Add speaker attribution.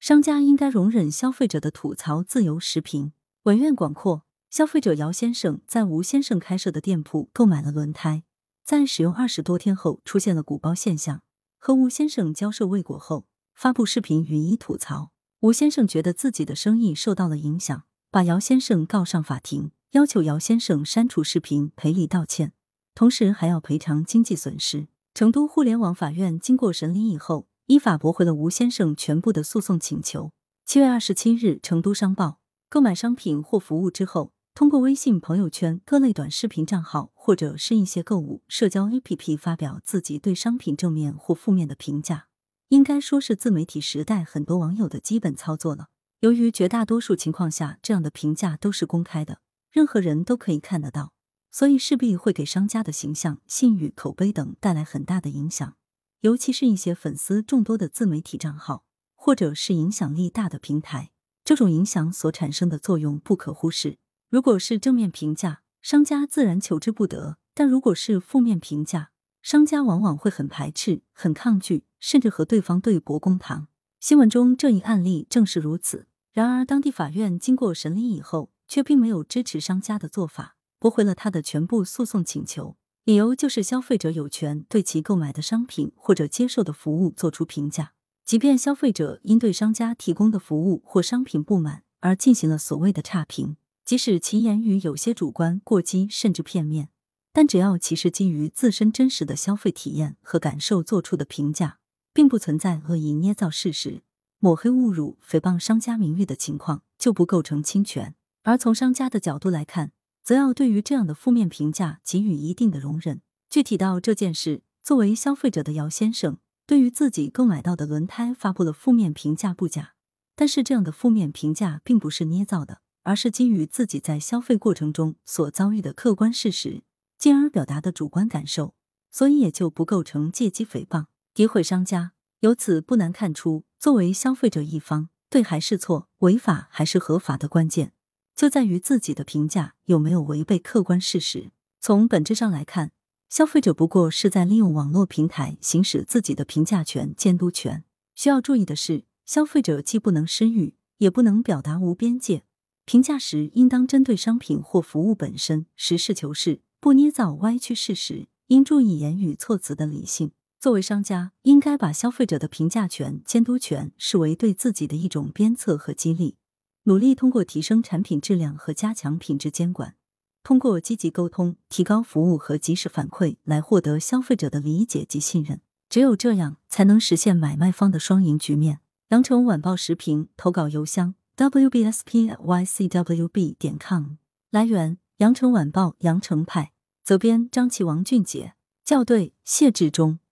Speaker 1: 商家应该容忍消费者的吐槽自由时评。文苑广阔，消费者姚先生在吴先生开设的店铺购买了轮胎，在使用20多天后出现了鼓包现象，和吴先生交涉未果后，发布视频予以吐槽。吴先生觉得自己的生意受到了影响，把姚先生告上法庭，要求姚先生删除视频赔礼道歉，同时还要赔偿经济损失。成都互联网法院经过审理以后，依法驳回了吴先生全部的诉讼请求。7月27日，成都商报，购买商品或服务之后，通过微信朋友圈、各类短视频账号或者是一些购物社交 APP 发表自己对商品正面或负面的评价，应该说是自媒体时代很多网友的基本操作了。由于绝大多数情况下这样的评价都是公开的，任何人都可以看得到，所以势必会给商家的形象、信誉、口碑等带来很大的影响。尤其是一些粉丝众多的自媒体账号，或者是影响力大的平台，这种影响所产生的作用不可忽视。如果是正面评价，商家自然求之不得，但如果是负面评价，商家往往会很排斥、很抗拒，甚至和对方对簿公堂。新闻中这一案例正是如此。然而当地法院经过审理以后，却并没有支持商家的做法，驳回了他的全部诉讼请求。理由就是消费者有权对其购买的商品或者接受的服务做出评价，即便消费者因对商家提供的服务或商品不满而进行了所谓的差评，即使其言语有些主观、过激甚至片面，但只要其是基于自身真实的消费体验和感受做出的评价，并不存在恶意捏造事实、抹黑侮辱、诽谤商家名誉的情况，就不构成侵权。而从商家的角度来看，则要对于这样的负面评价给予一定的容忍。具体到这件事，作为消费者的姚先生，对于自己购买到的轮胎发布了负面评价不假，但是这样的负面评价并不是捏造的，而是基于自己在消费过程中所遭遇的客观事实，进而表达的主观感受，所以也就不构成借机诽谤、诋毁商家。由此不难看出，作为消费者一方，对还是错、违法还是合法的关键，就在于自己的评价有没有违背客观事实。从本质上来看，消费者不过是在利用网络平台行使自己的评价权、监督权。需要注意的是，消费者既不能失语，也不能表达无边界。评价时应当针对商品或服务本身，实事求是，不捏造歪曲事实，应注意言语措辞的理性。作为商家，应该把消费者的评价权、监督权视为对自己的一种鞭策和激励，努力通过提升产品质量和加强品质监管，通过积极沟通、提高服务和及时反馈来获得消费者的理解及信任。只有这样，才能实现买卖方的双赢局面。羊城晚报时评投稿邮箱 wbspycwb.com。 来源：羊城晚报羊城派，责编张琪、王俊杰，校对：谢志忠。